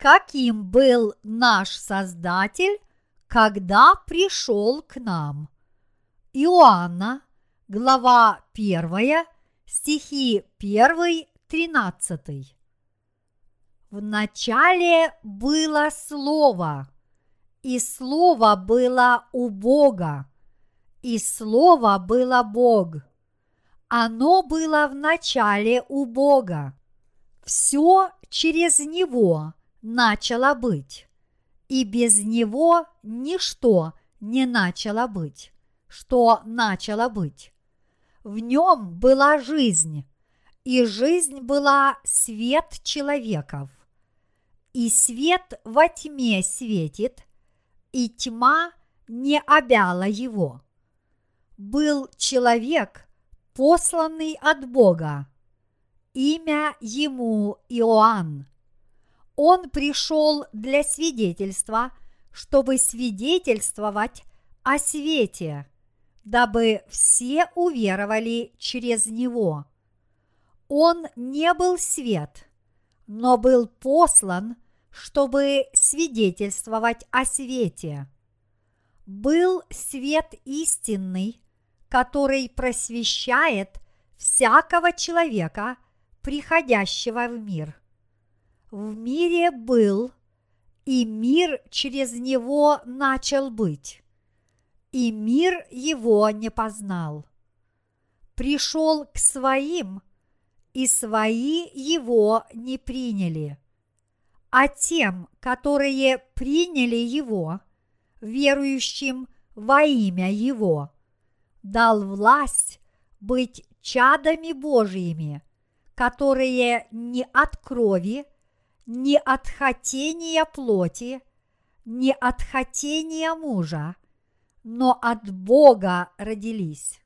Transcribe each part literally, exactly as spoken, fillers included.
каким был наш Создатель, когда пришел к нам. Иоанна, глава первая, стихи первый, тринадцатый. В начале было Слово, и Слово было у Бога, и Слово было Бог. Оно было в начале у Бога. Все через Него начало быть, и без Него ничто не начало быть, что начало быть. В Нем была жизнь, и жизнь была свет человеков. И свет во тьме светит, и тьма не обяла его. Был человек, посланный от Бога, имя ему Иоанн. Он пришел для свидетельства, чтобы свидетельствовать о свете, дабы все уверовали через него. Он не был свет, но был послан, чтобы свидетельствовать о свете. Был свет истинный, который просвещает всякого человека, приходящего в мир. В мире был, и мир через него начал быть, и мир его не познал. Пришел к своим, и свои его не приняли. А тем, которые приняли его, верующим во имя его, дал власть быть чадами Божьими, которые не от крови, не от хотения плоти, не от хотения мужа, но от Бога родились.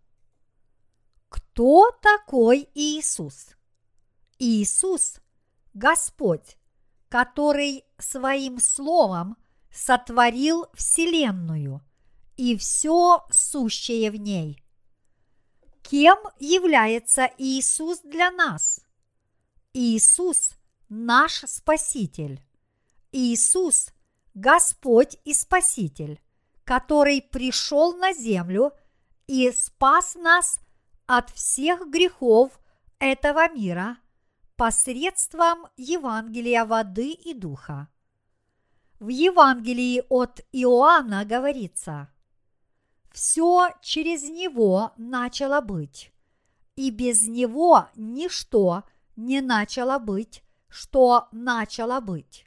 Кто такой Иисус? Иисус – Господь, который своим словом сотворил вселенную и все сущее в ней. Кем является Иисус для нас? Иисус – наш Спаситель. Иисус – Господь и Спаситель, который пришел на землю и спас нас от всех грехов этого мира посредством Евангелия воды и духа. В Евангелии от Иоанна говорится: «Все через Него начало быть, и без Него ничто не начало быть, что начало быть».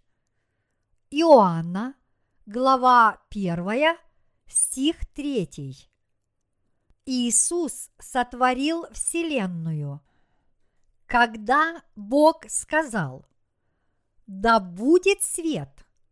Иоанна, глава первая, стих третий. Иисус сотворил вселенную, когда Бог сказал: «Да будет свет».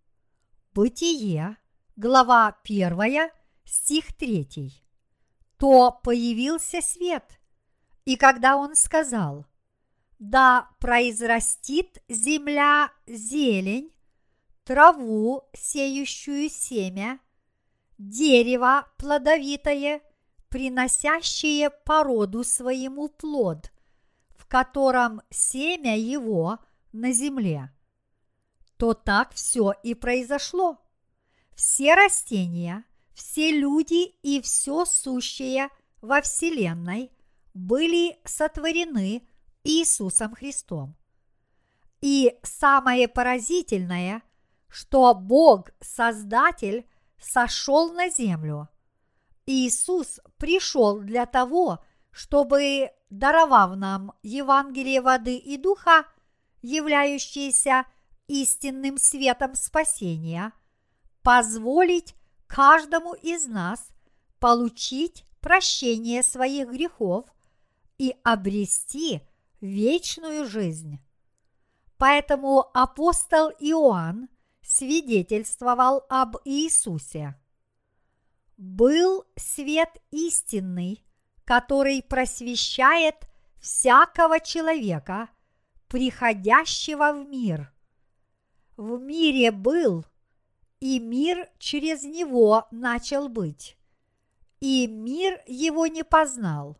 Бытие, глава первая, стих третий. То появился свет, и когда Он сказал: «Да произрастит земля зелень, траву, сеющую семя, дерево плодовитое, приносящее по роду своему плод, в котором семя его на земле», то так все и произошло. Все растения, все люди и все сущее во вселенной были сотворены Иисусом Христом. И самое поразительное, что Бог, Создатель, сошел на землю. Иисус пришел для того, чтобы, даровав нам Евангелие воды и духа, являющееся истинным светом спасения, позволить каждому из нас получить прощение своих грехов и обрести вечную жизнь. Поэтому апостол Иоанн свидетельствовал об Иисусе. «Был свет истинный, который просвещает всякого человека, приходящего в мир. В мире был, и мир через него начал быть, и мир его не познал.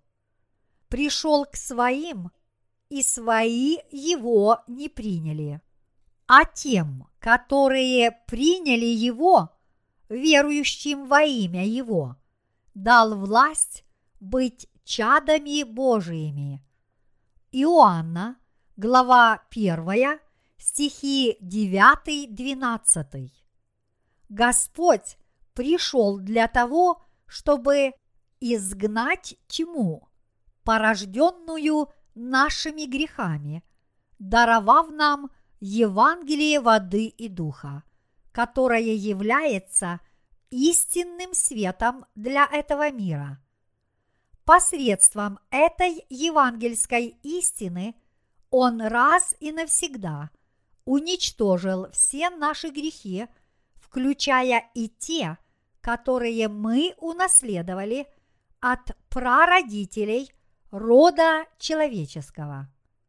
Пришел к своим, и свои его не приняли. а тем, которые приняли Его, верующим во имя Его, дал власть быть чадами Божиими. Иоанна, глава первая, стихи девятый-двенадцатый. Господь пришел для того, чтобы изгнать тьму, порожденную нашими грехами, даровав нам Евангелие воды и духа, которое является истинным светом для этого мира. Посредством этой евангельской истины Он раз и навсегда уничтожил все наши грехи, включая и те, которые мы унаследовали от прародителей рода человеческого.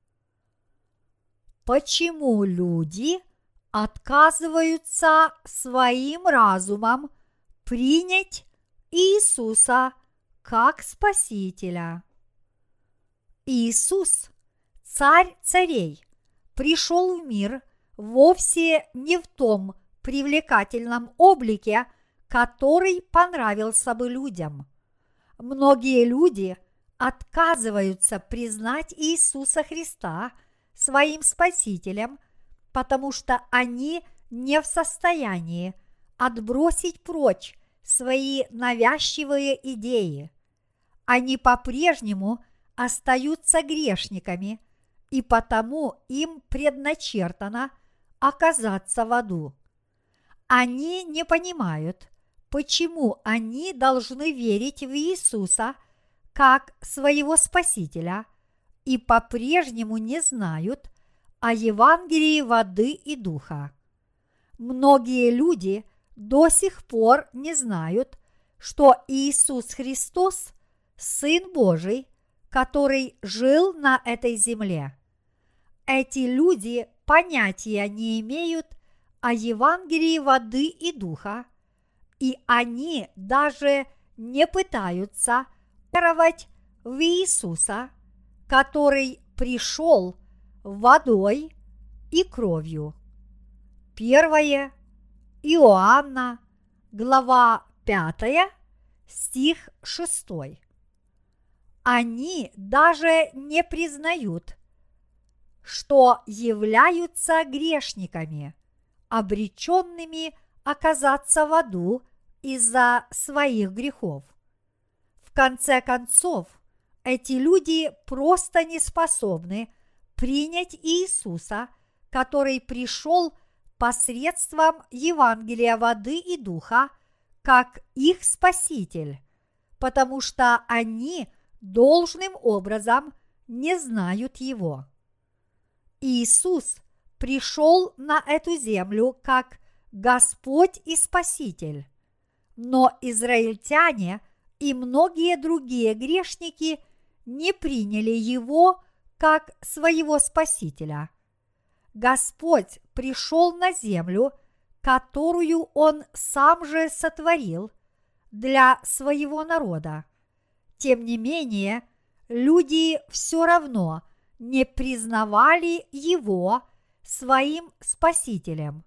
Почему люди отказываются своим разумом принять Иисуса как Спасителя? Иисус, Царь царей, пришел в мир вовсе не в том привлекательном облике, который понравился бы людям. Многие люди отказываются признать Иисуса Христа своим Спасителем, потому что они не в состоянии отбросить прочь свои навязчивые идеи. Они по-прежнему остаются грешниками, и потому им предначертано оказаться в аду. Они не понимают, почему они должны верить в Иисуса как своего Спасителя, и по-прежнему не знают о Евангелии воды и духа. Многие люди до сих пор не знают, что Иисус Христос – Сын Божий, который жил на этой земле. Эти люди понятия не имеют о Евангелии воды и духа, и они даже не пытаются веровать в Иисуса, который пришел водой и кровью. Первое Иоанна, глава пятая, стих шестой. Они даже не признают, что являются грешниками, обреченными оказаться в аду из-за своих грехов. В конце концов, эти люди просто не способны принять Иисуса, который пришел посредством Евангелия воды и духа, как их Спаситель, потому что они должным образом не знают Его. Иисус пришел на эту землю как Господь и Спаситель, но израильтяне и многие другие грешники не приняли Его как своего Спасителя. Господь пришел на землю, которую Он сам же сотворил для своего народа. Тем не менее, люди все равно не признавали Его своим Спасителем.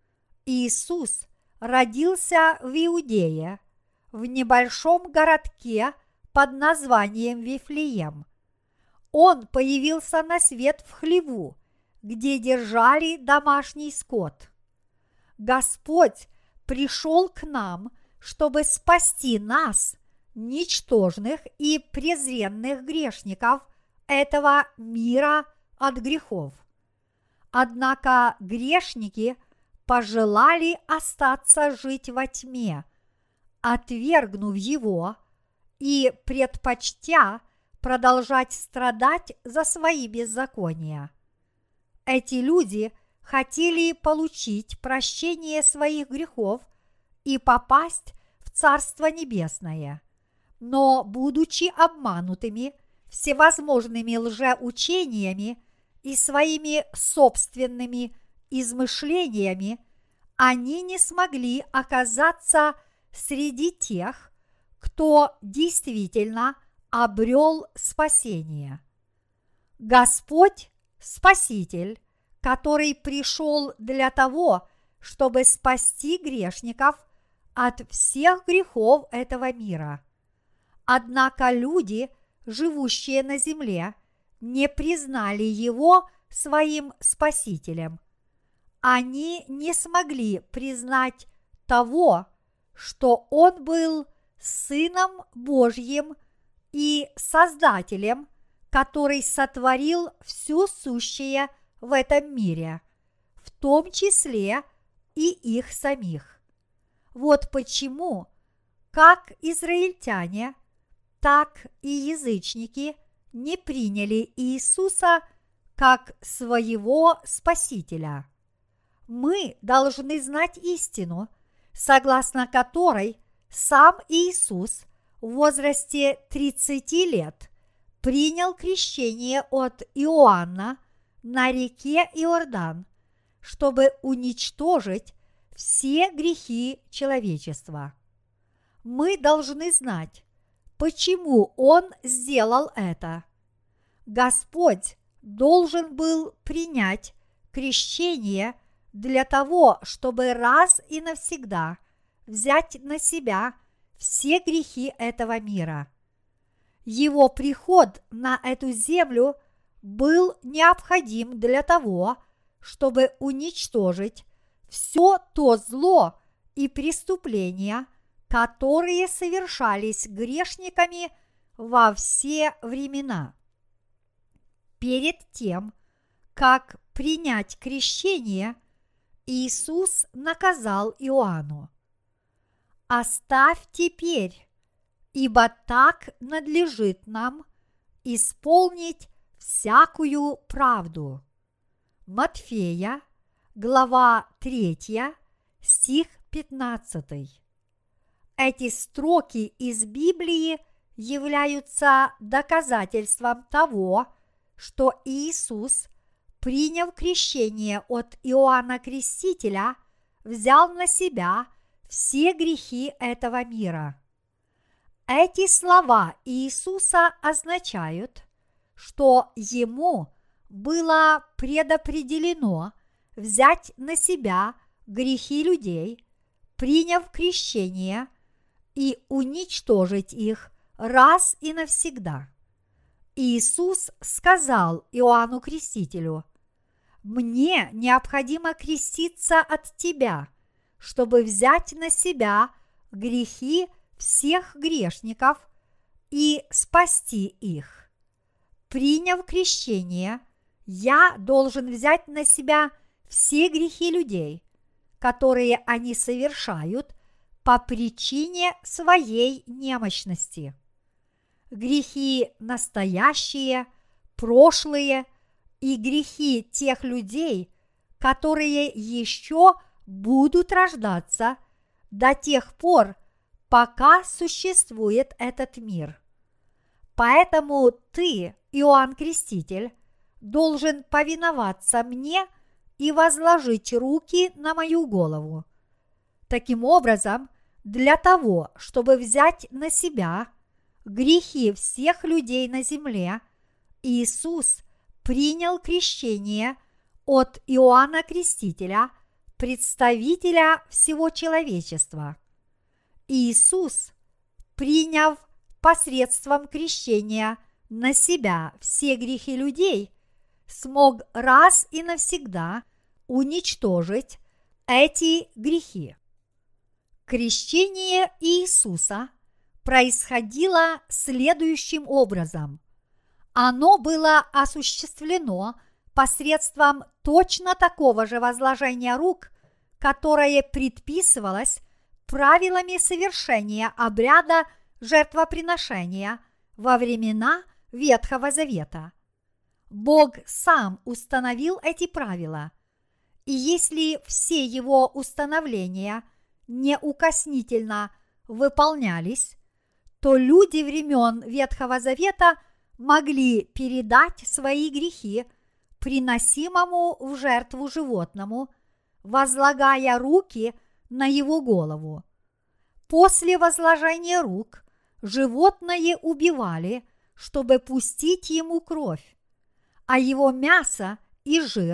Иисус родился в Иудее, в небольшом городке под названием Вифлеем. Он появился на свет в хлеву, где держали домашний скот. Господь пришел к нам, чтобы спасти нас, ничтожных и презренных грешников этого мира, от грехов. Однако грешники пожелали остаться жить во тьме, отвергнув Его и предпочтя продолжать страдать за свои беззакония. Эти люди хотели получить прощение своих грехов и попасть в Царство Небесное, но, будучи обманутыми всевозможными лжеучениями и своими собственными измышлениями, они не смогли оказаться среди тех, кто действительно обрел спасение. Господь, Спаситель, который пришел для того, чтобы спасти грешников от всех грехов этого мира. Однако люди, живущие на земле, не признали Его своим Спасителем. Они не смогли признать того, что Он был Сыном Божьим и Создателем, который сотворил все сущее в этом мире, в том числе и их самих. Вот почему как израильтяне, так и язычники не приняли Иисуса как своего Спасителя. Мы должны знать истину, согласно которой сам Иисус в возрасте тридцати лет принял крещение от Иоанна на реке Иордан, чтобы уничтожить все грехи человечества. Мы должны знать, почему Он сделал это. Господь должен был принять крещение для того, чтобы раз и навсегда взять на себя все грехи этого мира. Его приход на эту землю был необходим для того, чтобы уничтожить все то зло и преступления, которые совершались грешниками во все времена. Перед тем, как принять крещение, Иисус наказал Иоанну: «Оставь теперь, ибо так надлежит нам исполнить всякую правду». Матфея, глава третья, стих пятнадцатый. Эти строки из Библии являются доказательством того, что Иисус, приняв крещение от Иоанна Крестителя, взял на себя все грехи этого мира. Эти слова Иисуса означают, что Ему было предопределено взять на себя грехи людей, приняв крещение, и уничтожить их раз и навсегда. Иисус сказал Иоанну Крестителю: «Мне необходимо креститься от тебя, чтобы взять на себя грехи всех грешников и спасти их. Приняв крещение, я должен взять на себя все грехи людей, которые они совершают по причине своей немощности. Грехи настоящие, прошлые и грехи тех людей, которые еще будут рождаться до тех пор, пока существует этот мир. Поэтому ты, Иоанн Креститель, должен повиноваться мне и возложить руки на мою голову. Таким образом, для того, чтобы взять на себя грехи всех людей на земле, Иисус принял крещение от Иоанна Крестителя, представителя всего человечества. Иисус, приняв посредством крещения на себя все грехи людей, смог раз и навсегда уничтожить эти грехи. Крещение Иисуса происходило следующим образом. Оно было осуществлено посредством точно такого же возложения рук, которое предписывалось правилами совершения обряда жертвоприношения во времена Ветхого Завета. Бог сам установил эти правила, и если все его установления неукоснительно выполнялись, то люди времен Ветхого Завета могли передать свои грехи приносимому в жертву животному, возлагая руки на его голову. После возложения рук животное убивали, чтобы пустить ему кровь, а его мясо и жир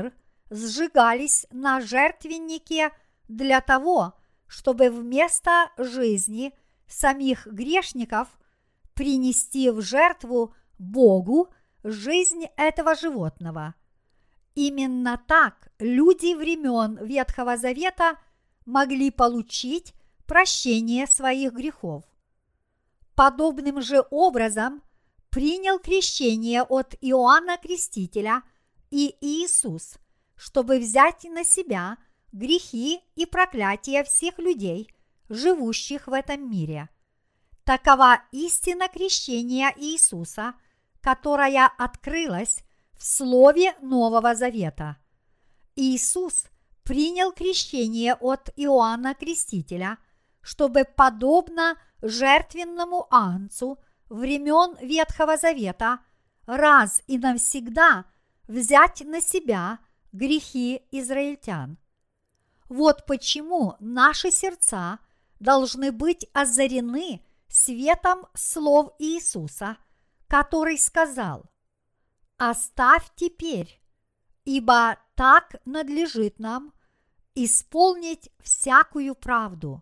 сжигались на жертвеннике для того, чтобы вместо жизни самих грешников принести в жертву Богу жизнь этого животного. Именно так люди времен Ветхого Завета могли получить прощение своих грехов. Подобным же образом принял крещение от Иоанна Крестителя и Иисус, чтобы взять на себя грехи и проклятия всех людей, живущих в этом мире. Такова истина крещения Иисуса, которая открылась в Слове Нового Завета. Иисус принял крещение от Иоанна Крестителя, чтобы, подобно жертвенному агнцу времен Ветхого Завета, раз и навсегда взять на себя грехи израильтян. Вот почему наши сердца должны быть озарены светом слов Иисуса, который сказал: «Оставь теперь, ибо так надлежит нам исполнить всякую правду».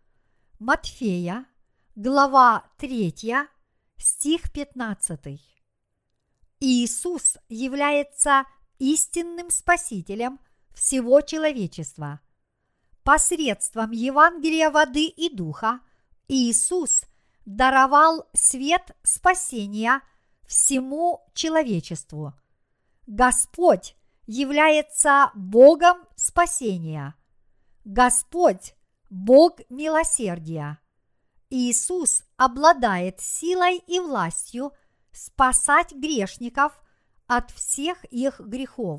Матфея, глава третья, стих пятнадцатый. Иисус является истинным Спасителем всего человечества. Посредством Евангелия воды и духа Иисус даровал свет спасения всему человечеству. Господь является Богом спасения. Господь – Бог милосердия. Иисус обладает силой и властью спасать грешников от всех их грехов.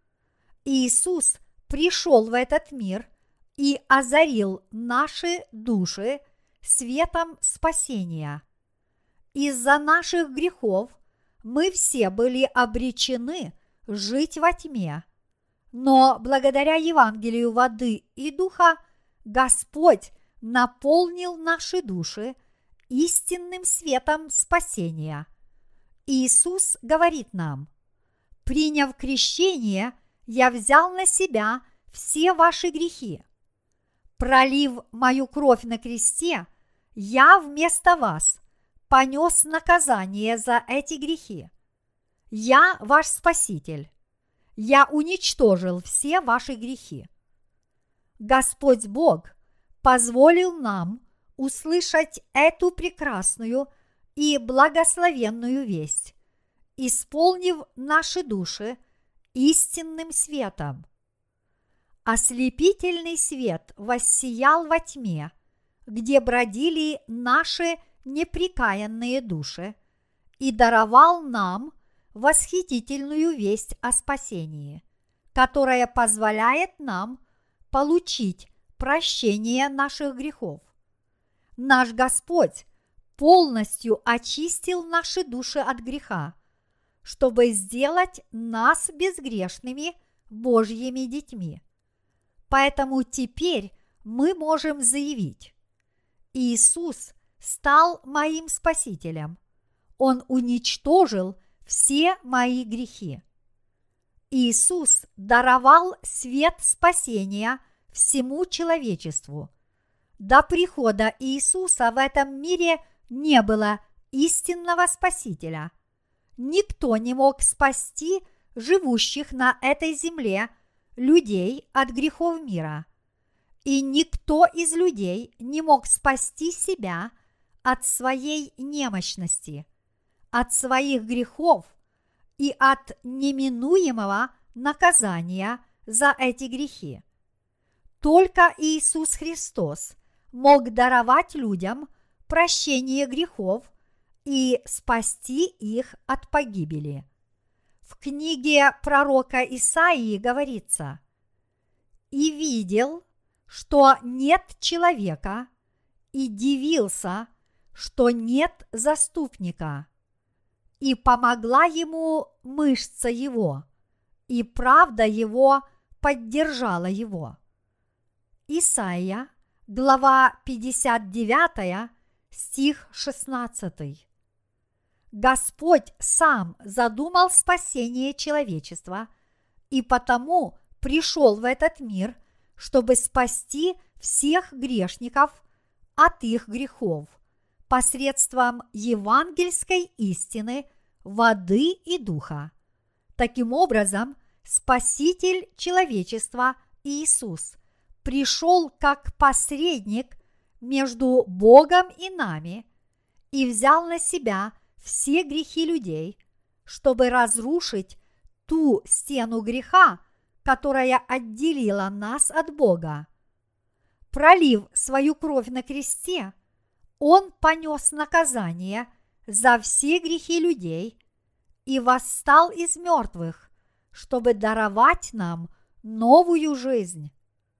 Иисус пришел в этот мир и озарил наши души светом спасения. Из-за наших грехов мы все были обречены жить во тьме, но благодаря Евангелию воды и духа Господь наполнил наши души истинным светом спасения. Иисус говорит нам: «Приняв крещение, я взял на себя все ваши грехи. Пролив мою кровь на кресте, я вместо вас понес наказание за эти грехи. Я ваш Спаситель. Я уничтожил все ваши грехи». Господь Бог позволил нам услышать эту прекрасную и благословенную весть, исполнив наши души истинным светом. Ослепительный свет воссиял во тьме, где бродили наши непрекаянные души, и даровал нам восхитительную весть о спасении, которая позволяет нам получить прощение наших грехов. Наш Господь полностью очистил наши души от греха, чтобы сделать нас безгрешными Божьими детьми. Поэтому теперь мы можем заявить: Иисус стал моим Спасителем. Он уничтожил все мои грехи. Иисус даровал свет спасения всему человечеству. До прихода Иисуса в этом мире не было истинного Спасителя. Никто не мог спасти живущих на этой земле людей от грехов мира. И никто из людей не мог спасти себя от своей немощности, от своих грехов и от неминуемого наказания за эти грехи. Только Иисус Христос мог даровать людям прощение грехов и спасти их от погибели. В книге пророка Исаии говорится: «И видел, что нет человека, и дивился, что нет заступника, и помогла ему мышца его, и правда его поддержала его». Исайя, глава пятьдесят девять, стих шестнадцатый. Господь сам задумал спасение человечества и потому пришел в этот мир, чтобы спасти всех грешников от их грехов посредством евангельской истины, воды и духа. Таким образом, Спаситель человечества Иисус пришел как посредник между Богом и нами и взял на себя все грехи людей, чтобы разрушить ту стену греха, которая отделила нас от Бога. Пролив свою кровь на кресте, Он понес наказание за все грехи людей и восстал из мертвых, чтобы даровать нам новую жизнь.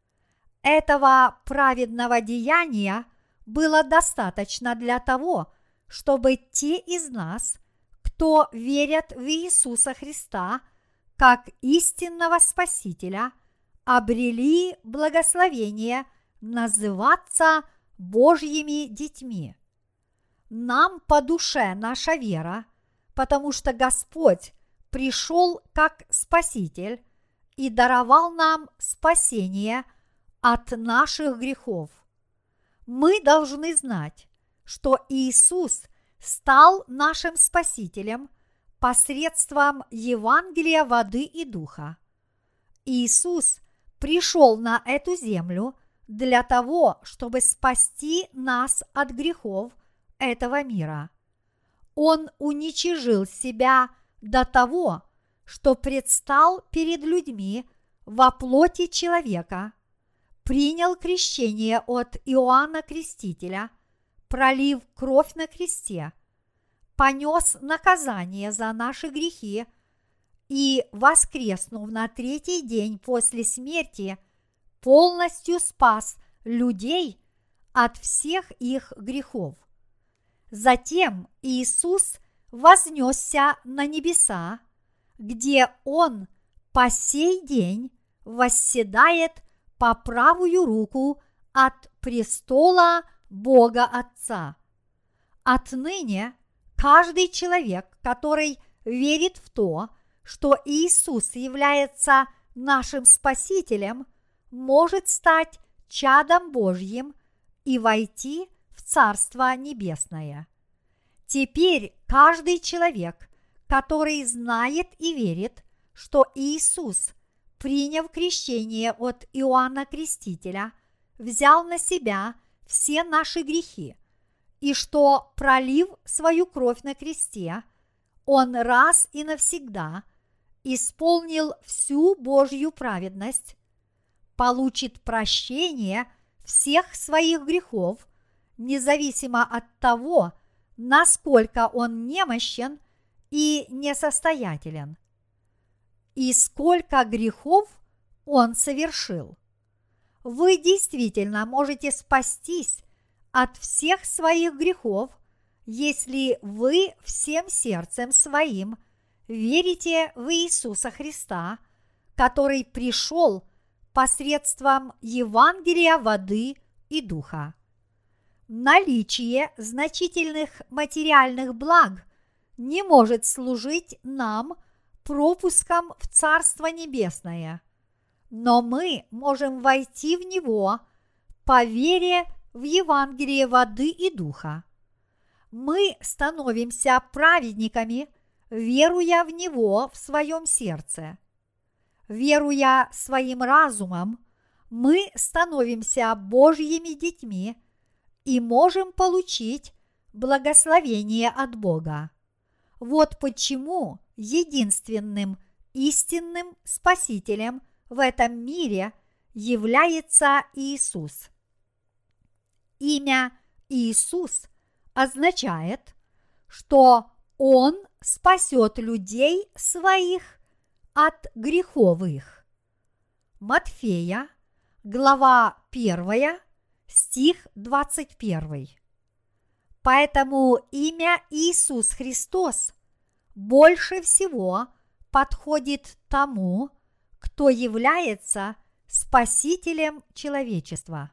Этого праведного деяния было достаточно для того, чтобы те из нас, кто верят в Иисуса Христа как истинного Спасителя, обрели благословение называться Божьими детьми. Нам по душе наша вера, потому что Господь пришел как Спаситель и даровал нам спасение от наших грехов. Мы должны знать, что Иисус стал нашим Спасителем посредством Евангелия воды и духа. Иисус пришел на эту землю для того, чтобы спасти нас от грехов этого мира. Он уничижил себя до того, что предстал перед людьми во плоти человека, принял крещение от Иоанна Крестителя, пролив кровь на кресте, понес наказание за наши грехи и, воскреснув на третий день после смерти, полностью спас людей от всех их грехов. Затем Иисус вознесся на небеса, где Он по сей день восседает по правую руку от престола Бога Отца. Отныне каждый человек, который верит в то, что Иисус является нашим Спасителем, может стать чадом Божьим и войти в Царство Небесное. Теперь каждый человек, который знает и верит, что Иисус, приняв крещение от Иоанна Крестителя, взял на себя все наши грехи, и что, пролив свою кровь на кресте, Он раз и навсегда исполнил всю Божью праведность, получит прощение всех своих грехов, независимо от того, насколько он немощен и несостоятелен, и сколько грехов он совершил. Вы действительно можете спастись от всех своих грехов, если вы всем сердцем своим верите в Иисуса Христа, который пришел посредством Евангелия воды и духа. Наличие значительных материальных благ не может служить нам пропуском в Царство Небесное, но мы можем войти в него по вере в Евангелие воды и духа. Мы становимся праведниками, веруя в него в своем сердце. Веруя своим разумом, мы становимся Божьими детьми и можем получить благословение от Бога. Вот почему единственным истинным Спасителем в этом мире является Иисус. Имя Иисус означает, что Он спасет людей своих от грехов их. Матфея, глава первая, стих двадцать первый. Поэтому имя Иисус Христос больше всего подходит тому, кто является Спасителем человечества.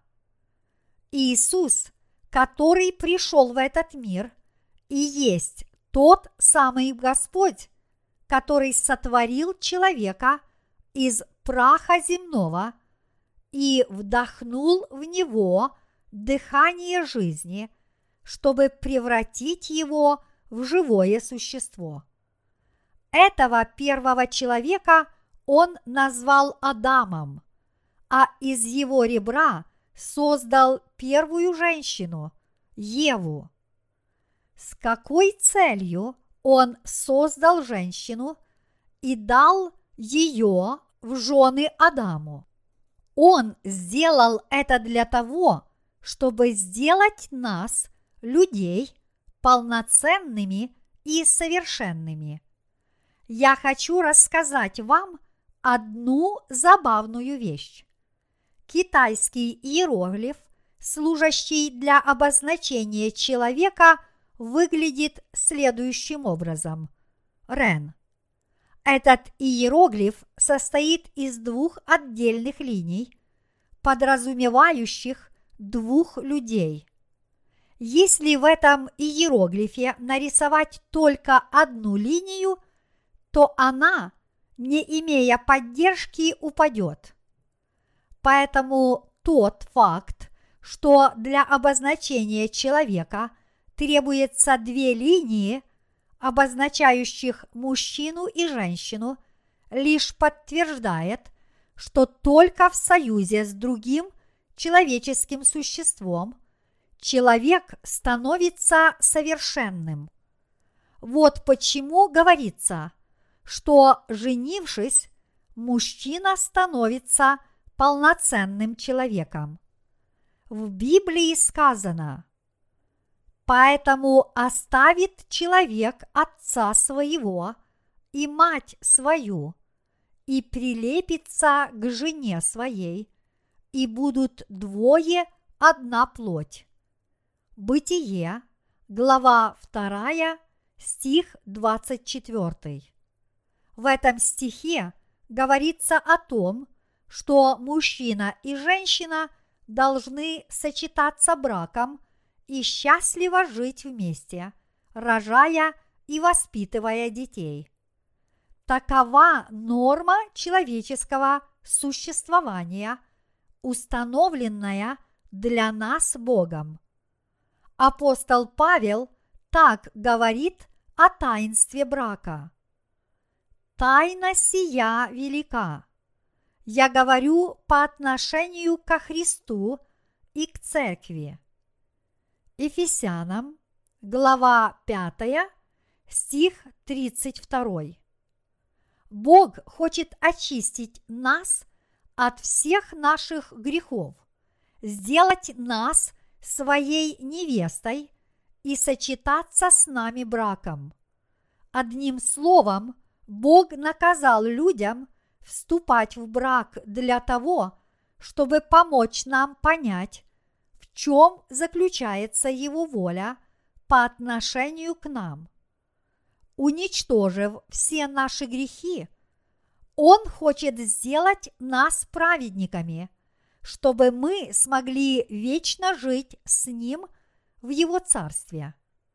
Иисус, который пришел в этот мир, и есть тот самый Господь, который сотворил человека из праха земного и вдохнул в него дыхание жизни, чтобы превратить его в живое существо. Этого первого человека он назвал Адамом, а из его ребра создал первую женщину, Еву. С какой целью он создал женщину и дал ее в жены Адаму? Он сделал это для того, чтобы сделать нас, людей, полноценными и совершенными. Я хочу рассказать вам одну забавную вещь. Китайский иероглиф, служащий для обозначения человека, выглядит следующим образом. Рен. Этот иероглиф состоит из двух отдельных линий, подразумевающих двух людей. Если в этом иероглифе нарисовать только одну линию, то она, не имея поддержки, упадет. Поэтому тот факт, что для обозначения человека требуется две линии, обозначающих мужчину и женщину, лишь подтверждает, что только в союзе с другим человеческим существом человек становится совершенным. Вот почему говорится, что, женившись, мужчина становится полноценным человеком. В Библии сказано: «Поэтому оставит человек отца своего и мать свою, и прилепится к жене своей, и будут двое одна плоть». Бытие, глава вторая, стих двадцать четвёртый. В этом стихе говорится о том, что мужчина и женщина должны сочетаться браком и счастливо жить вместе, рожая и воспитывая детей. Такова норма человеческого существования, установленная для нас Богом. Апостол Павел так говорит о таинстве брака. «Тайна сия велика. Я говорю по отношению ко Христу и к Церкви». Ефесянам, глава пятая, стих тридцать два. Бог хочет очистить нас от всех наших грехов, сделать нас своей невестой и сочетаться с нами браком. Одним словом, Бог наказал людям вступать в брак для того, чтобы помочь нам понять, в чем заключается Его воля по отношению к нам. Уничтожив все наши грехи, Он хочет сделать нас праведниками, чтобы мы смогли вечно жить с Ним в Его Царстве.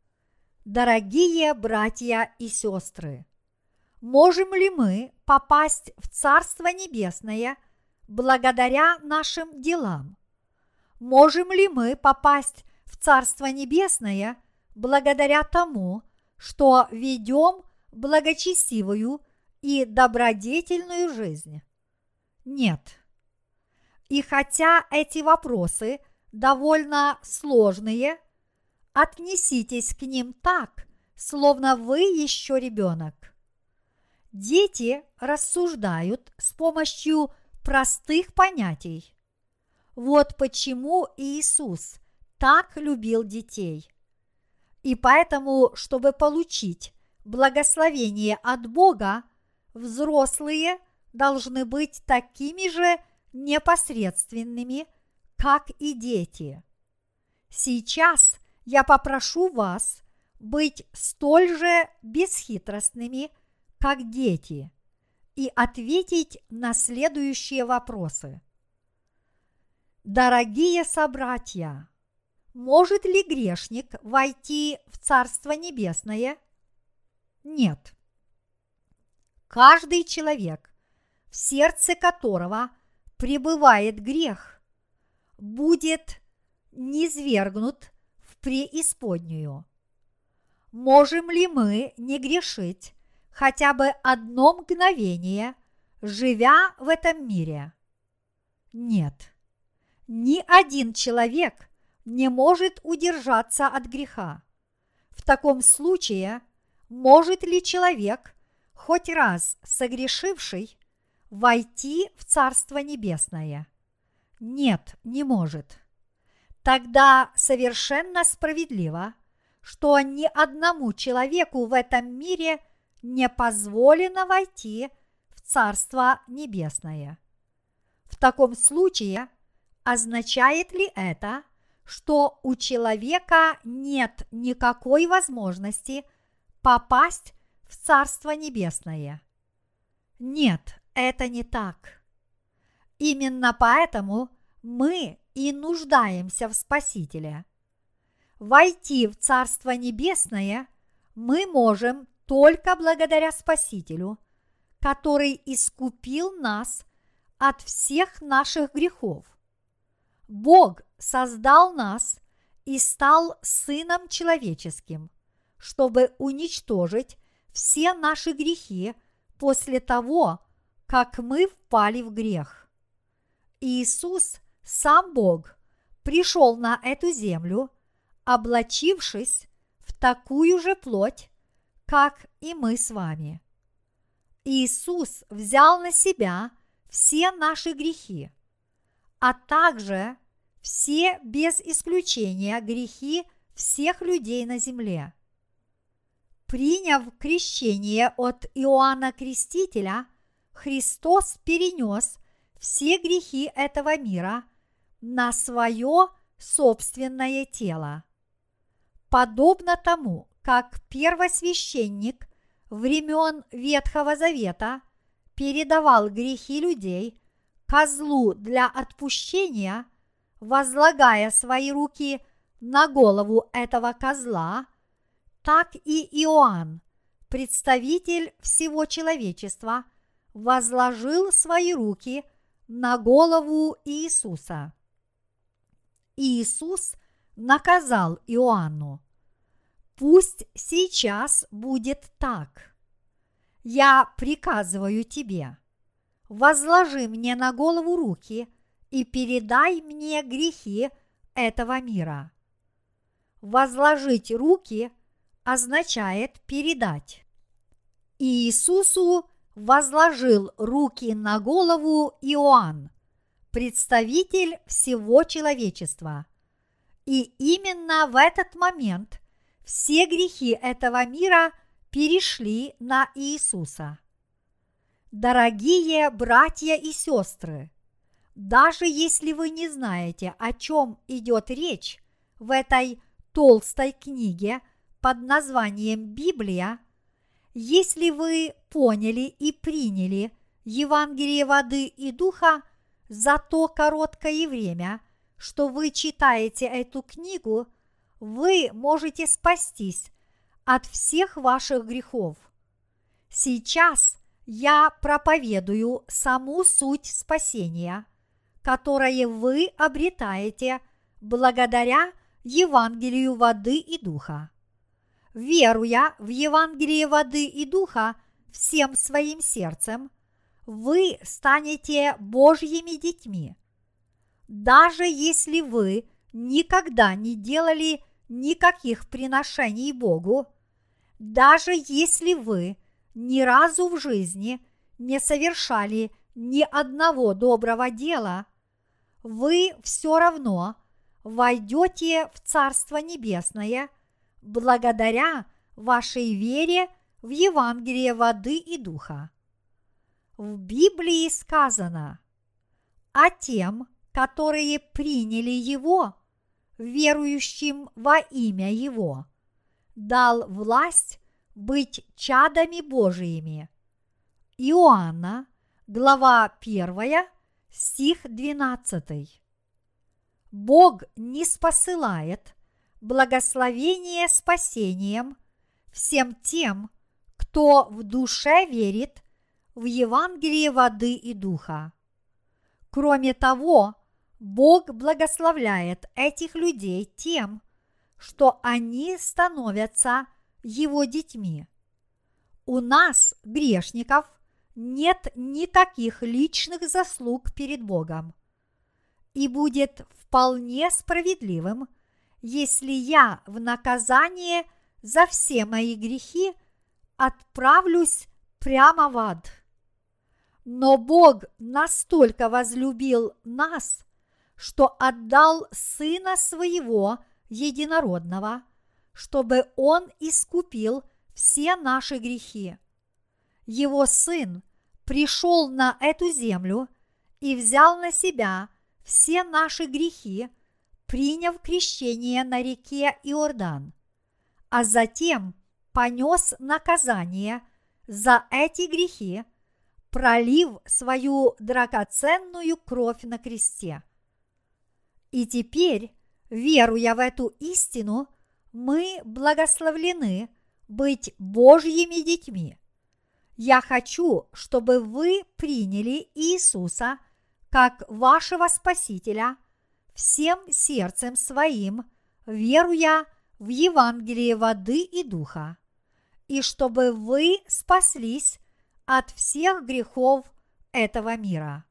Дорогие братья и сестры, можем ли мы попасть в Царство Небесное благодаря нашим делам? Можем ли мы попасть в Царство Небесное благодаря тому, что ведем благочестивую и добродетельную жизнь? Нет. И хотя эти вопросы довольно сложные, отнеситесь к ним так, словно вы еще ребенок. Дети рассуждают с помощью простых понятий. Вот почему Иисус так любил детей. И поэтому, чтобы получить благословение от Бога, взрослые должны быть такими же непосредственными, как и дети. Сейчас я попрошу вас быть столь же бесхитростными, как дети, и ответить на следующие вопросы. Дорогие собратья, может ли грешник войти в Царство Небесное? Нет. Каждый человек, в сердце которого пребывает грех, будет низвергнут в преисподнюю. Можем ли мы не грешить хотя бы одно мгновение, живя в этом мире? Нет. Ни один человек не может удержаться от греха. В таком случае, может ли человек, хоть раз согрешивший, войти в Царство Небесное? Нет, не может. Тогда совершенно справедливо, что ни одному человеку в этом мире не позволено войти в Царство Небесное. В таком случае, означает ли это, что у человека нет никакой возможности попасть в Царство Небесное? Нет, это не так. Именно поэтому мы и нуждаемся в Спасителе. Войти в Царство Небесное мы можем только благодаря Спасителю, который искупил нас от всех наших грехов. Бог создал нас и стал Сыном Человеческим, чтобы уничтожить все наши грехи после того, как мы впали в грех. Иисус, сам Бог, пришел на эту землю, облачившись в такую же плоть, как и мы с вами. Иисус взял на себя все наши грехи, а также все без исключения грехи всех людей на земле. Приняв крещение от Иоанна Крестителя, Христос перенес все грехи этого мира на свое собственное тело. Подобно тому, как первосвященник времен Ветхого Завета передавал грехи людей козлу для отпущения, возлагая свои руки на голову этого козла, так и Иоанн, представитель всего человечества, возложил свои руки на голову Иисуса. Иисус наказал Иоанну: «Пусть сейчас будет так. Я приказываю тебе, возложи мне на голову руки и передай мне грехи этого мира». Возложить руки означает передать. Иисусу возложил руки на голову Иоанн, представитель всего человечества. И именно в этот момент все грехи этого мира перешли на Иисуса. Дорогие братья и сестры, даже если вы не знаете, о чем идет речь в этой толстой книге под названием Библия, если вы поняли и приняли Евангелие воды и духа за то короткое время, что вы читаете эту книгу, вы можете спастись от всех ваших грехов. Сейчас я проповедую саму суть спасения, которое вы обретаете благодаря Евангелию воды и духа. Веруя в Евангелие воды и духа всем своим сердцем, вы станете Божьими детьми. Даже если вы никогда не делали никаких приношений Богу, даже если вы ни разу в жизни не совершали ни одного доброго дела, вы все равно войдете в Царство Небесное благодаря вашей вере в Евангелие воды и духа. В Библии сказано: «А тем, которые приняли Его, верующим во имя Его, дал власть быть чадами Божиими». Иоанна, глава первая, стих двенадцатый. Бог ниспосылает благословение спасением всем тем, кто в душе верит в Евангелии воды и духа. Кроме того, Бог благословляет этих людей тем, что они становятся Его детьми. У нас, грешников, нет никаких личных заслуг перед Богом. И будет вполне справедливым, если я в наказание за все мои грехи отправлюсь прямо в ад. Но Бог настолько возлюбил нас, что отдал Сына Своего Единородного, чтобы Он искупил все наши грехи. Его Сын пришел на эту землю и взял на себя все наши грехи, приняв крещение на реке Иордан, а затем понес наказание за эти грехи, пролив свою драгоценную кровь на кресте. И теперь, веруя в эту истину, мы благословлены быть Божьими детьми. Я хочу, чтобы вы приняли Иисуса как вашего Спасителя всем сердцем своим, веруя в Евангелие воды и духа, и чтобы вы спаслись от всех грехов этого мира.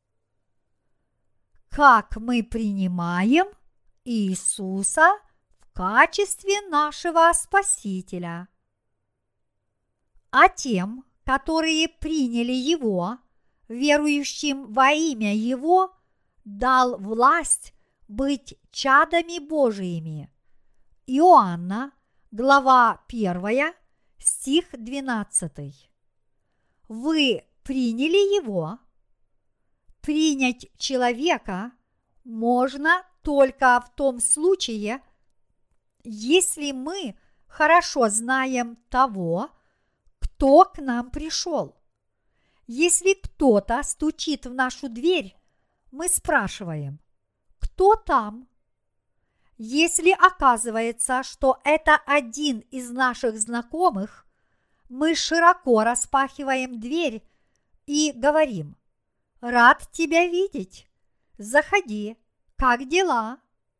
Как мы принимаем Иисуса в качестве нашего Спасителя? А тем, которые приняли Его, верующим во имя Его, дал власть быть чадами Божиими. Иоанна, глава первая, стих двенадцатый. Вы приняли Его? Принять человека можно только в том случае, если мы хорошо знаем того, кто к нам пришел. Если кто-то стучит в нашу дверь, мы спрашиваем: кто там? Если оказывается, что это один из наших знакомых, мы широко распахиваем дверь и говорим: рад тебя видеть, заходи, как дела?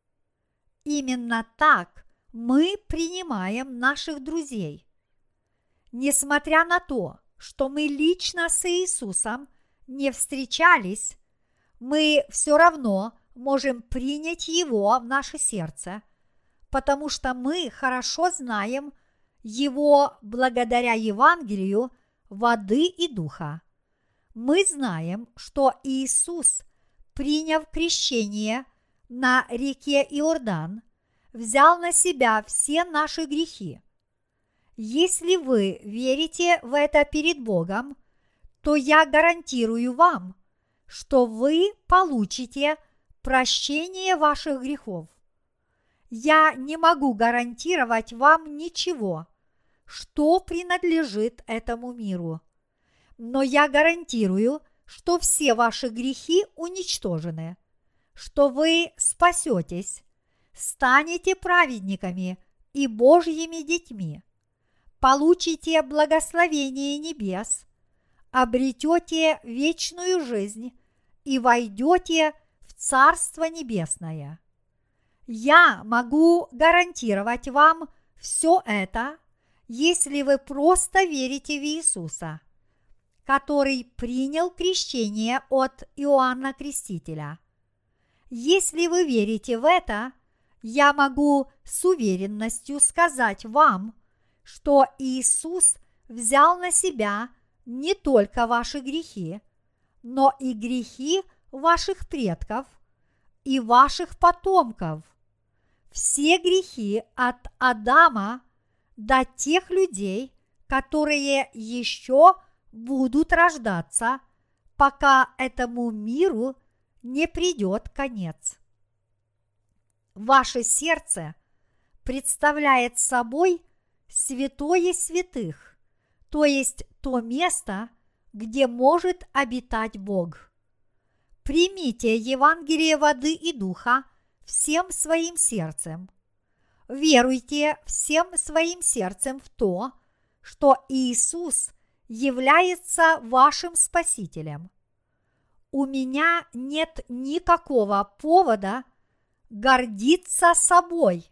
Именно так мы принимаем наших друзей. Несмотря на то, что мы лично с Иисусом не встречались, мы все равно можем принять Его в наше сердце, потому что мы хорошо знаем Его благодаря Евангелию воды и духа. Мы знаем, что Иисус, приняв крещение на реке Иордан, взял на себя все наши грехи. Если вы верите в это перед Богом, то я гарантирую вам, что вы получите прощение ваших грехов. Я не могу гарантировать вам ничего, что принадлежит этому миру, но я гарантирую, что все ваши грехи уничтожены, что вы спасетесь, станете праведниками и Божьими детьми, получите благословение небес, обретете вечную жизнь и войдете в Царство Небесное. Я могу гарантировать вам все это, если вы просто верите в Иисуса, который принял крещение от Иоанна Крестителя. Если вы верите в это, я могу с уверенностью сказать вам, что Иисус взял на себя не только ваши грехи, но и грехи ваших предков и ваших потомков. Все грехи от Адама до тех людей, которые еще будут рождаться, пока этому миру не придет конец. Ваше сердце представляет собой святое святых, то есть то место, где может обитать Бог. Примите Евангелие воды и духа всем своим сердцем. Веруйте всем своим сердцем в то, что Иисус является вашим Спасителем. У меня нет никакого повода гордиться собой.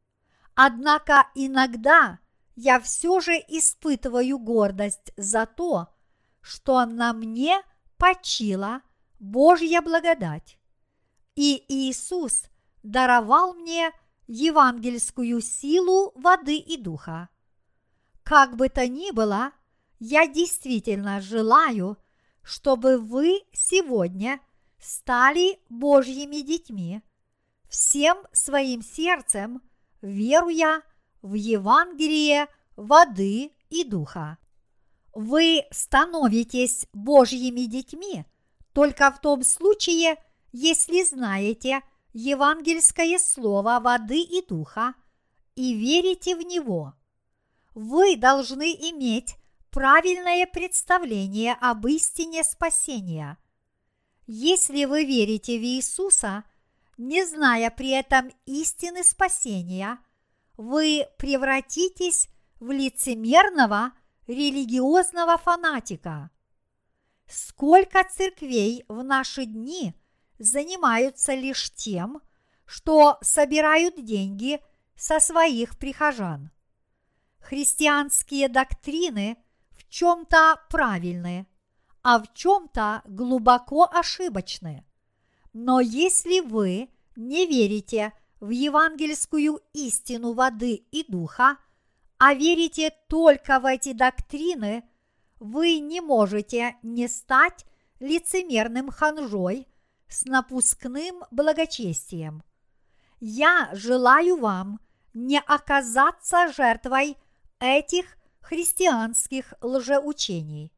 Однако иногда я все же испытываю гордость за то, что на мне почила Божья благодать, и Иисус даровал мне евангельскую силу воды и духа. Как бы то ни было, я действительно желаю, чтобы вы сегодня стали Божьими детьми, всем своим сердцем веруя в Евангелие воды и духа. Вы становитесь Божьими детьми только в том случае, если знаете евангельское слово воды и духа и верите в него. Вы должны иметь правильное представление об истине спасения. Если вы верите в Иисуса, не зная при этом истины спасения, вы превратитесь в лицемерного религиозного фанатика. Сколько церквей в наши дни занимаются лишь тем, что собирают деньги со своих прихожан. Христианские доктрины в чем-то правильны, а в чем-то глубоко ошибочны. Но если вы не верите в евангельскую истину воды и духа, а верите только в эти доктрины, вы не можете не стать лицемерным ханжой с напускным благочестием. Я желаю вам не оказаться жертвой этих христианских лжеучений.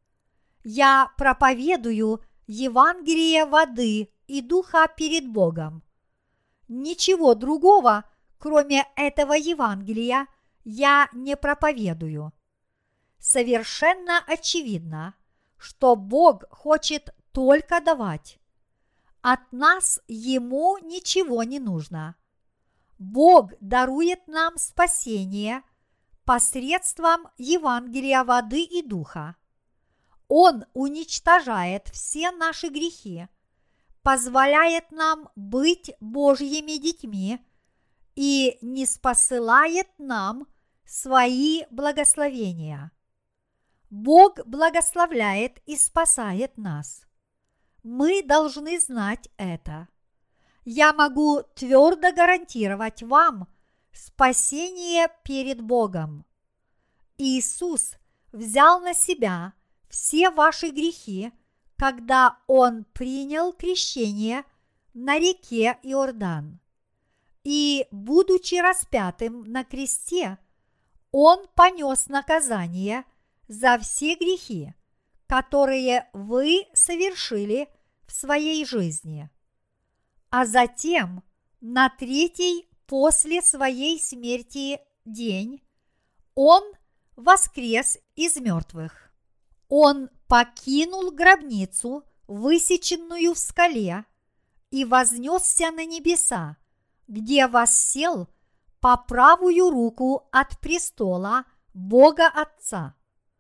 Я проповедую Евангелие воды и духа перед Богом. Ничего другого, кроме этого Евангелия, я не проповедую. Совершенно очевидно, что Бог хочет только давать. От нас Ему ничего не нужно. Бог дарует нам спасение посредством Евангелия воды и духа. Он уничтожает все наши грехи, позволяет нам быть Божьими детьми и ниспосылает нам свои благословения. Бог благословляет и спасает нас. Мы должны знать это. Я могу твердо гарантировать вам спасение перед Богом. Иисус взял на себя все ваши грехи, когда Он принял крещение на реке Иордан. И, будучи распятым на кресте, Он понес наказание за все грехи, которые вы совершили в своей жизни. А затем, на третий после своей смерти день, Он воскрес из мертвых. Он покинул гробницу, высеченную в скале, и вознесся на небеса, где воссел по правую руку от престола Бога Отца.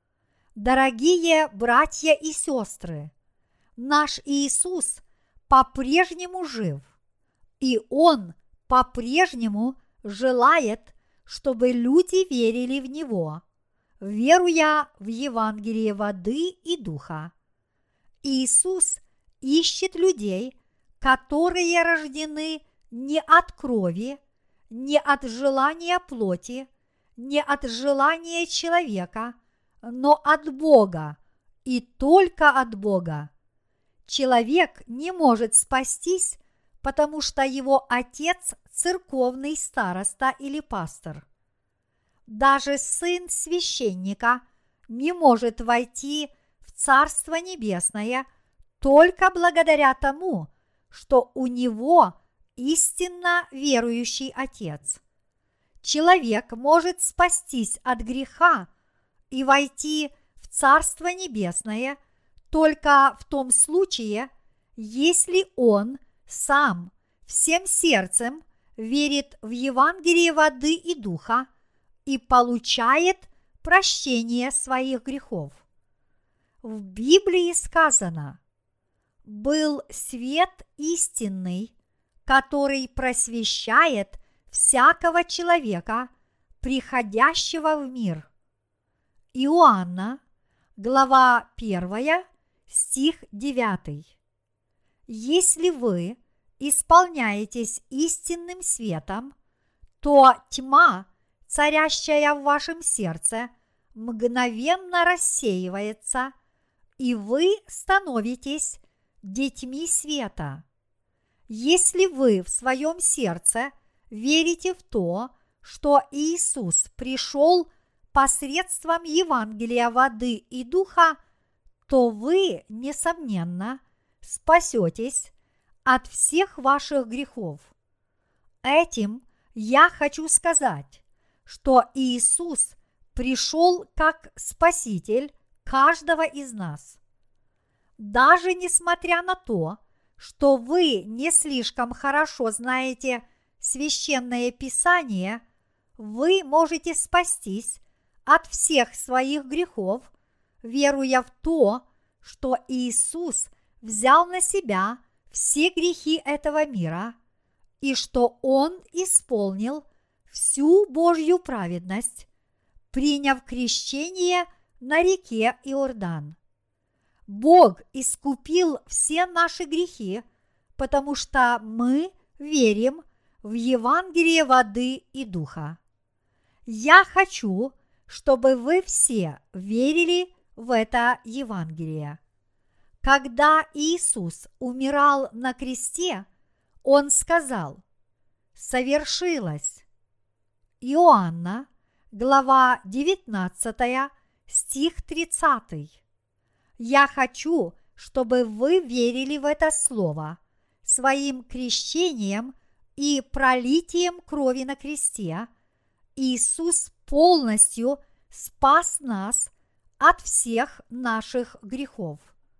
Дорогие братья и сестры, наш Иисус по-прежнему жив, и Он по-прежнему желает, чтобы люди верили в Него, веруя в Евангелие воды и духа. Иисус ищет людей, которые рождены не от крови, не от желания плоти, не от желания человека, но от Бога и только от Бога. Человек не может спастись, потому что его отец – церковный староста или пастор. Даже сын священника не может войти в Царство Небесное только благодаря тому, что у него истинно верующий отец. Человек может спастись от греха и войти в Царство Небесное только в том случае, если он сам всем сердцем верит в Евангелие воды и духа и получает прощение своих грехов. В Библии сказано: «Был свет истинный, который просвещает всякого человека, приходящего в мир». Иоанна, глава первая, стих девятый. Если вы исполняетесь истинным светом, то тьма, царящая в вашем сердце, мгновенно рассеивается, и вы становитесь детьми света. Если вы в своем сердце верите в то, что Иисус пришел посредством Евангелия воды и духа, то вы, несомненно, спасетесь от всех ваших грехов. Этим я хочу сказать, что Иисус пришел как Спаситель каждого из нас. Даже несмотря на то, что вы не слишком хорошо знаете Священное Писание, вы можете спастись от всех своих грехов, веруя в то, что Иисус взял на себя все грехи этого мира и что Он исполнил всю Божью праведность, приняв крещение на реке Иордан. Бог искупил все наши грехи, потому что мы верим в Евангелие воды и духа. Я хочу, чтобы вы все верили в это Евангелие. Когда Иисус умирал на кресте, Он сказал: «Совершилось». Иоанна, глава девятнадцатая, стих тридцатый. Я хочу, чтобы вы верили в это слово своим крещением и пролитием крови на кресте. Иисус полностью спас нас от всех наших грехов.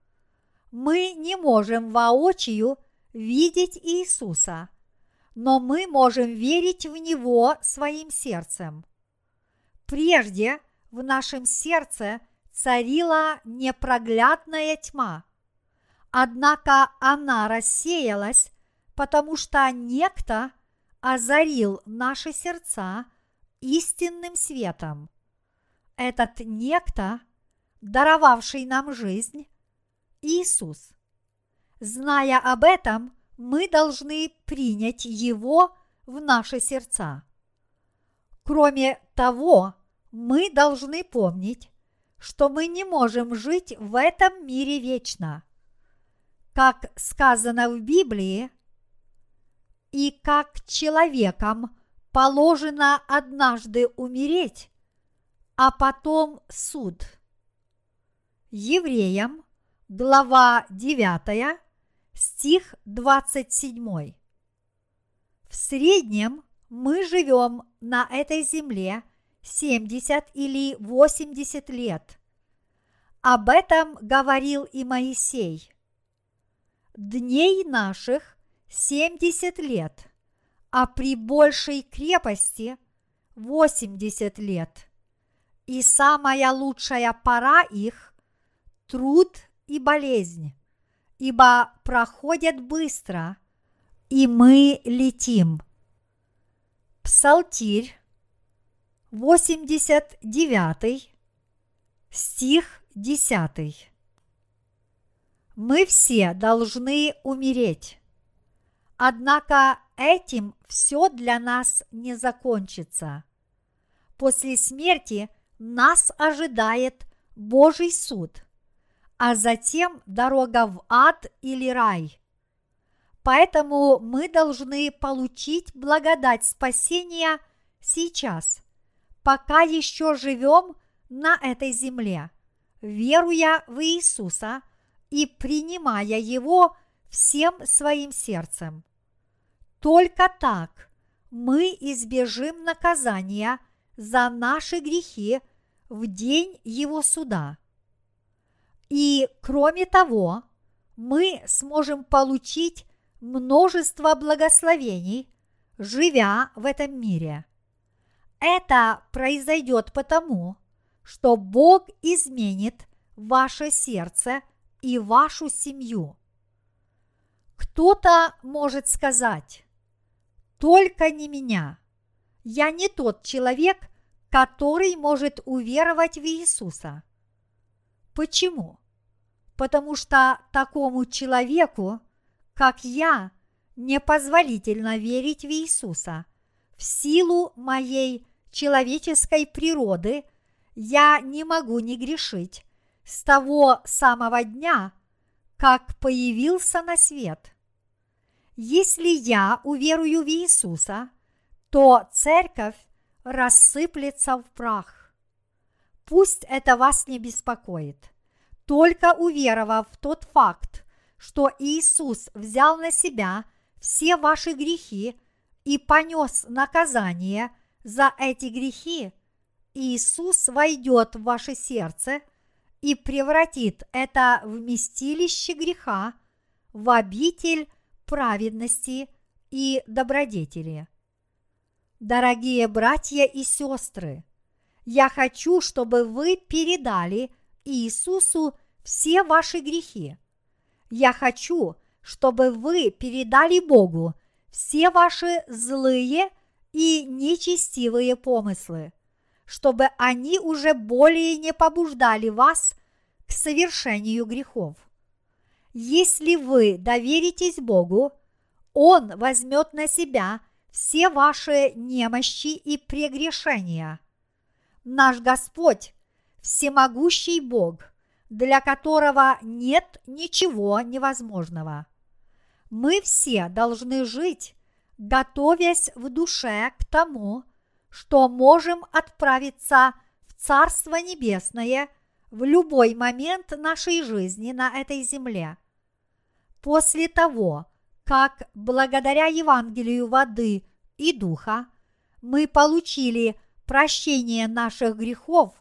Мы не можем воочию видеть Иисуса, но мы можем верить в Него своим сердцем. Прежде в нашем сердце царила непроглядная тьма, однако она рассеялась, потому что некто озарил наши сердца истинным светом. Этот некто, даровавший нам жизнь, Иисус. Зная об этом, мы должны принять Его в наши сердца. Кроме того, мы должны помнить, что мы не можем жить в этом мире вечно. Как сказано в Библии, и как человекам положено однажды умереть, а потом суд. Евреям, глава девятая, стих двадцать семь. В среднем мы живем на этой земле семьдесят или восемьдесят лет. Об этом говорил и Моисей. Дней наших семьдесят лет, а при большей крепости восемьдесят лет. И самая лучшая пора их – труд и болезнь, ибо проходят быстро, и мы летим. Псалтирь, восемьдесят девятый, стих десятый. Мы все должны умереть. Однако этим все для нас не закончится. После смерти нас ожидает Божий суд, а затем дорога в ад или рай. Поэтому мы должны получить благодать спасения сейчас, пока еще живем на этой земле, веруя в Иисуса и принимая Его всем своим сердцем. Только так мы избежим наказания за наши грехи в день Его суда. И кроме того, мы сможем получить множество благословений, живя в этом мире. Это произойдет потому, что Бог изменит ваше сердце и вашу семью. Кто-то может сказать: «Только не меня. Я не тот человек, который может уверовать в Иисуса». Почему? Потому что такому человеку, как я, непозволительно верить в Иисуса. В силу моей человеческой природы я не могу не грешить с того самого дня, как появился на свет. Если я уверую в Иисуса, то церковь рассыплется в прах. Пусть это вас не беспокоит. Только уверовав в тот факт, что Иисус взял на себя все ваши грехи и понес наказание за эти грехи, Иисус войдет в ваше сердце и превратит это вместилище греха в обитель праведности и добродетели. Дорогие братья и сестры, я хочу, чтобы вы передали Иисусу все ваши грехи. Я хочу, чтобы вы передали Богу все ваши злые и нечестивые помыслы, чтобы они уже более не побуждали вас к совершению грехов. Если вы доверитесь Богу, Он возьмет на себя все ваши немощи и прегрешения. Наш Господь – всемогущий Бог, для которого нет ничего невозможного. Мы все должны жить, готовясь в душе к тому, что можем отправиться в Царство Небесное в любой момент нашей жизни на этой земле. После того, как благодаря Евангелию воды и духа мы получили прощение наших грехов,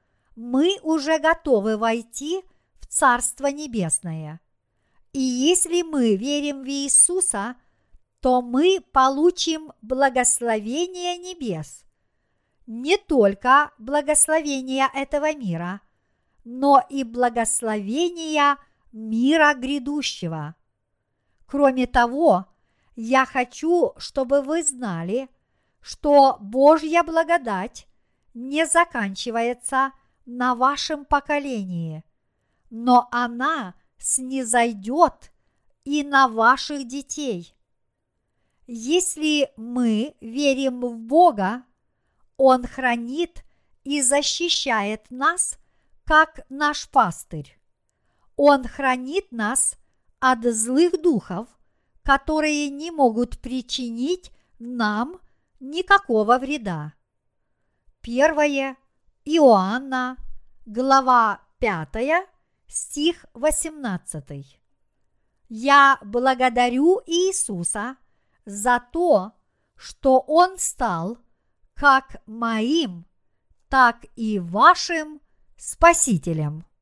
мы уже готовы войти в Царство Небесное. И если мы верим в Иисуса, то мы получим благословение небес. Не только благословение этого мира, но и благословение мира грядущего. Кроме того, я хочу, чтобы вы знали, что Божья благодать не заканчивается на вашем поколении, но она снизойдет и на ваших детей. Если мы верим в Бога, Он хранит и защищает нас, как наш пастырь. Он хранит нас от злых духов, которые не могут причинить нам никакого вреда. Первое Иоанна, глава пятая, стих восемнадцатый. Я благодарю Иисуса за то, что Он стал как моим, так и вашим Спасителем.